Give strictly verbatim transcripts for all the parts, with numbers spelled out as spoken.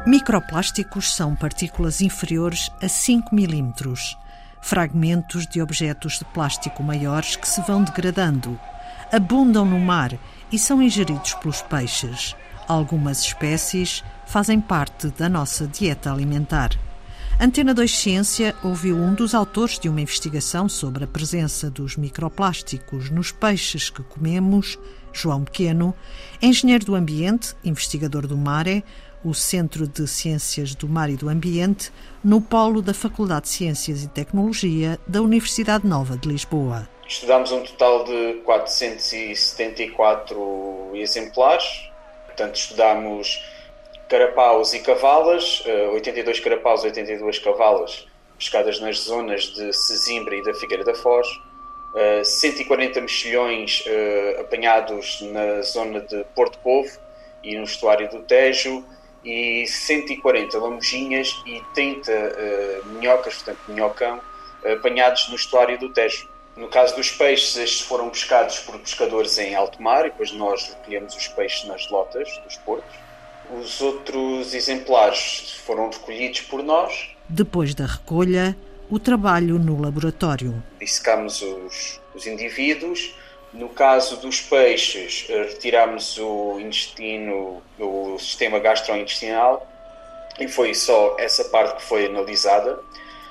Microplásticos são partículas inferiores a cinco milímetros, fragmentos de objetos de plástico maiores que se vão degradando, abundam no mar e são ingeridos pelos peixes. Algumas espécies fazem parte da nossa dieta alimentar. Antena dois Ciência ouviu um dos autores de uma investigação sobre a presença dos microplásticos nos peixes que comemos, João Pequeno, engenheiro do ambiente, investigador do MARE, o Centro de Ciências do Mar e do Ambiente, no polo da Faculdade de Ciências e Tecnologia da Universidade Nova de Lisboa. Estudámos um total de quatrocentos e setenta e quatro exemplares, portanto estudámos carapaus e cavalas, oitenta e dois carapaus e oitenta e duas cavalas, pescadas nas zonas de Sesimbra e da Figueira da Foz, cento e quarenta mexilhões apanhados na zona de Porto Covo e no estuário do Tejo, e cento e quarenta lambujinhas e trinta uh, minhocas, portanto minhocão, uh, apanhados no estuário do Tejo. No caso dos peixes, estes foram pescados por pescadores em alto mar e depois nós recolhemos os peixes nas lotas dos portos. Os outros exemplares foram recolhidos por nós. Depois da recolha, o trabalho no laboratório. Dissecámos os, os indivíduos. No caso dos peixes, retirámos o intestino, o sistema gastrointestinal, e foi só essa parte que foi analisada.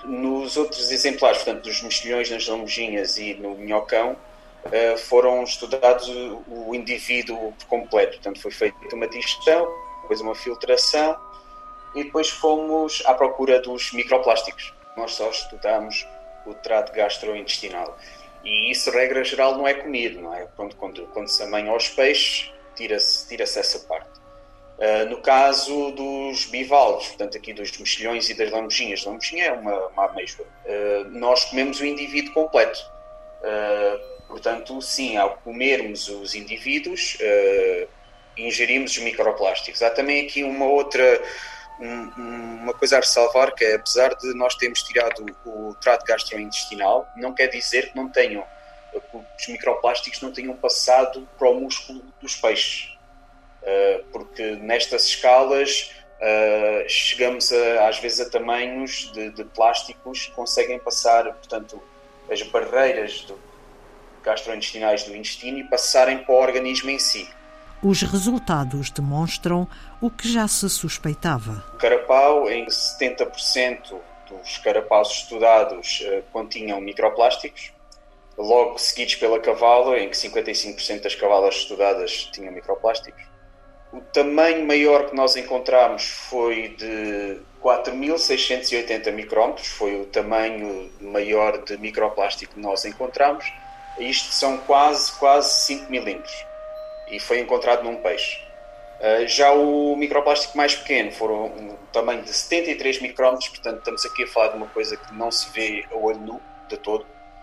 Nos outros exemplares, portanto, dos mexilhões, nas lambujinhas e no minhocão, foram estudados o indivíduo por completo. Portanto, foi feita uma digestão, depois uma filtração, e depois fomos à procura dos microplásticos. Nós só estudámos o trato gastrointestinal. E isso, regra geral, não é comido, não é? Quando, quando, quando se amanha aos peixes, tira-se, tira-se essa parte. Uh, no caso dos bivalves, portanto aqui dos mexilhões e das lambujinhas, lambujinha é uma, uma ameijoa, uh, nós comemos o indivíduo completo. Uh, portanto, sim, ao comermos os indivíduos, uh, ingerimos os microplásticos. Há também aqui uma outra... uma coisa a ressalvar, que é, apesar de nós termos tirado o trato gastrointestinal, não quer dizer que não tenham, que os microplásticos não tenham passado para o músculo dos peixes, porque nestas escalas chegamos a, às vezes a tamanhos de, de plásticos que conseguem passar, portanto, as barreiras do, gastrointestinais do intestino e passarem para o organismo em si. Os resultados demonstram o que já se suspeitava. O carapau, em setenta por cento dos carapaus estudados, uh, continham microplásticos, logo seguidos pela cavala, em que cinquenta e cinco por cento das cavalas estudadas tinham microplásticos. O tamanho maior que nós encontramos foi de quatro mil seiscentos e oitenta micrómetros, foi o tamanho maior de microplástico que nós encontramos. Isto são quase, quase cinco milímetros. E foi encontrado num peixe. Uh, já o microplástico mais pequeno foram um tamanho de setenta e três micrómetros, portanto estamos aqui a falar de uma coisa que não se vê a olho nu de todo,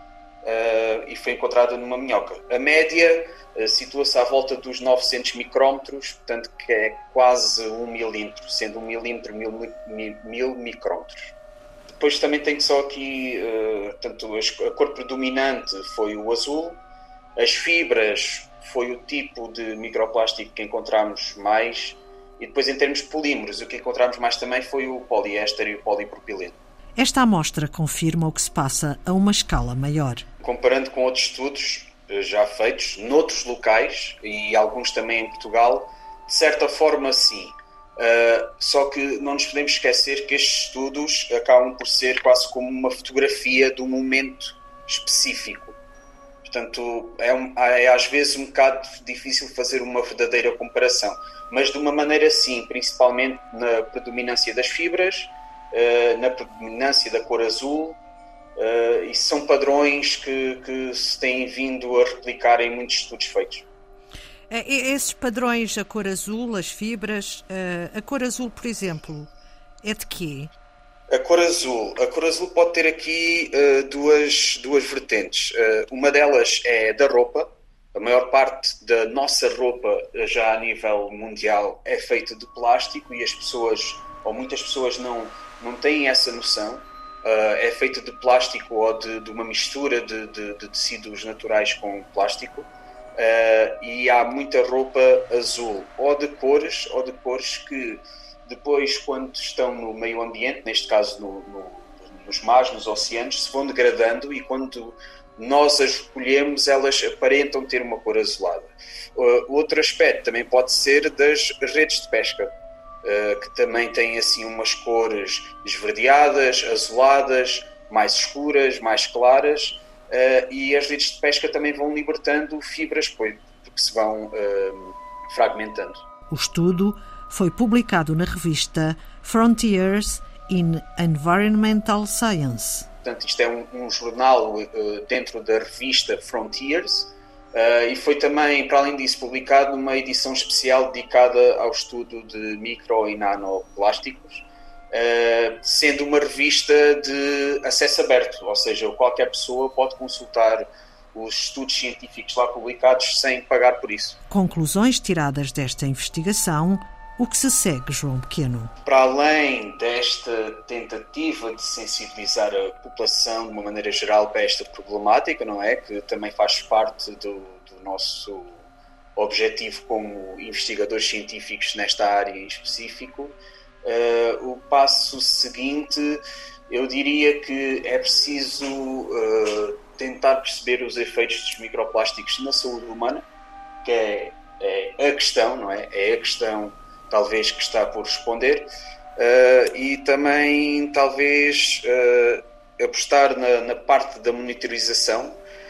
uh, e foi encontrada numa minhoca. A média uh, situa-se à volta dos novecentos micrómetros, portanto que é quase um milímetro, sendo um milímetro mil, mil, mil micrómetros. Depois também tenho só aqui, uh, portanto, a cor predominante foi o azul, as fibras foi o tipo de microplástico que encontramos mais, e depois em termos de polímeros, o que encontramos mais também foi o poliéster e o polipropileno. Esta amostra confirma o que se passa a uma escala maior. Comparando com outros estudos já feitos noutros locais, e alguns também em Portugal, de certa forma sim. Uh, só que não nos podemos esquecer que estes estudos acabam por ser quase como uma fotografia de um momento específico. Portanto, é, um, é às vezes um bocado difícil fazer uma verdadeira comparação, mas de uma maneira sim, principalmente na predominância das fibras, uh, na predominância da cor azul, uh, e são padrões que, que se têm vindo a replicar em muitos estudos feitos. Esses padrões, a cor azul, as fibras, uh, a cor azul, por exemplo, é de quê? A cor azul. A cor azul pode ter aqui uh, duas, duas vertentes. Uh, uma delas é da roupa. A maior parte da nossa roupa, uh, já a nível mundial, é feita de plástico e as pessoas, ou muitas pessoas, não, não têm essa noção. Uh, é feita de plástico ou de, de uma mistura de, de, de tecidos naturais com plástico. Uh, e há muita roupa azul, ou de cores, ou de cores que depois, quando estão no meio ambiente, neste caso no, no, nos mares, nos oceanos, se vão degradando e quando nós as recolhemos, elas aparentam ter uma cor azulada. Uh, outro aspecto também pode ser das redes de pesca, uh, que também têm assim umas cores esverdeadas, azuladas, mais escuras, mais claras, uh, e as redes de pesca também vão libertando fibras, porque se vão uh, fragmentando. O estudo foi publicado na revista Frontiers in Environmental Science. Portanto, isto é um, um jornal uh, dentro da revista Frontiers uh, e foi também, para além disso, publicado numa edição especial dedicada ao estudo de micro e nanoplásticos, uh, sendo uma revista de acesso aberto, ou seja, qualquer pessoa pode consultar os estudos científicos lá publicados sem pagar por isso. Conclusões tiradas desta investigação. O que se segue, João Pequeno? Para além desta tentativa de sensibilizar a população de uma maneira geral para esta problemática, não é? Que também faz parte do, do nosso objetivo como investigadores científicos nesta área em específico, uh, o passo seguinte, eu diria que é preciso uh, tentar perceber os efeitos dos microplásticos na saúde humana, que é, é a questão, não é? É a questão talvez que está por responder, uh, e também talvez uh, apostar na, na parte da monitorização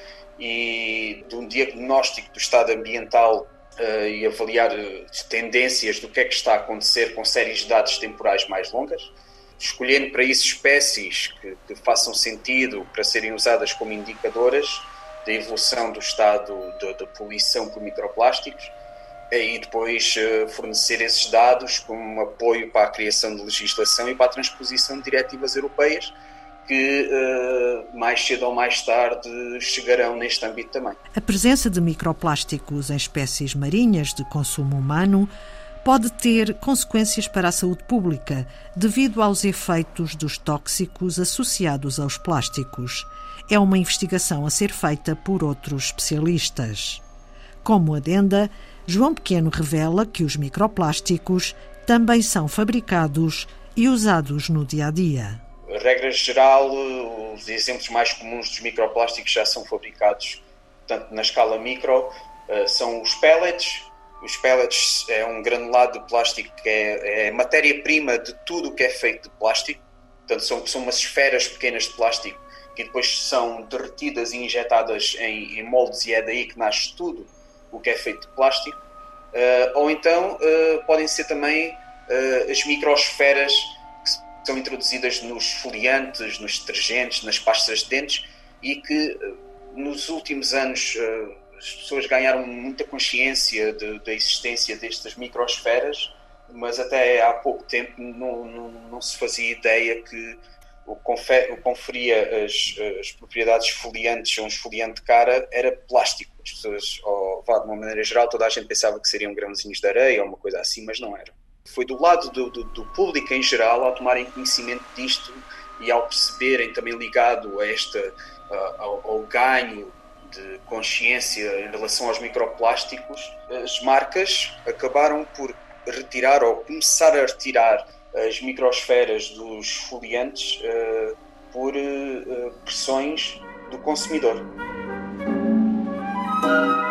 e de um diagnóstico do estado ambiental uh, e avaliar tendências do que é que está a acontecer com séries de dados temporais mais longas, escolhendo para isso espécies que, que façam sentido para serem usadas como indicadoras da evolução do estado da poluição por microplásticos, e depois uh, fornecer esses dados como apoio para a criação de legislação e para a transposição de diretivas europeias que uh, mais cedo ou mais tarde chegarão neste âmbito também. A presença de microplásticos em espécies marinhas de consumo humano pode ter consequências para a saúde pública devido aos efeitos dos tóxicos associados aos plásticos. É uma investigação a ser feita por outros especialistas. Como adenda, João Pequeno revela que os microplásticos também são fabricados e usados no dia-a-dia. Regra geral, os exemplos mais comuns dos microplásticos já são fabricados, portanto, na escala micro, são os pellets. Os pellets é um granulado de plástico que é, é matéria-prima de tudo o que é feito de plástico. Portanto, são, são umas esferas pequenas de plástico que depois são derretidas e injetadas em, em moldes, e é daí que nasce tudo o que é feito de plástico, uh, ou então uh, podem ser também uh, as microesferas que são introduzidas nos esfoliantes, nos detergentes, nas pastas de dentes, e que uh, nos últimos anos uh, as pessoas ganharam muita consciência de, da existência destas microesferas, mas até há pouco tempo não, não, não se fazia ideia que o que conferia as, as propriedades esfoliantes a um esfoliante de cara era plástico. As pessoas, ou, de uma maneira geral, toda a gente pensava que seriam grãozinhos de areia ou uma coisa assim, mas não era. Foi do lado do, do, do público em geral, ao tomarem conhecimento disto e ao perceberem, também ligado a esta, ao, ao ganho de consciência em relação aos microplásticos, as marcas acabaram por retirar ou começar a retirar as microesferas dos esfoliantes uh, por uh, pressões do consumidor.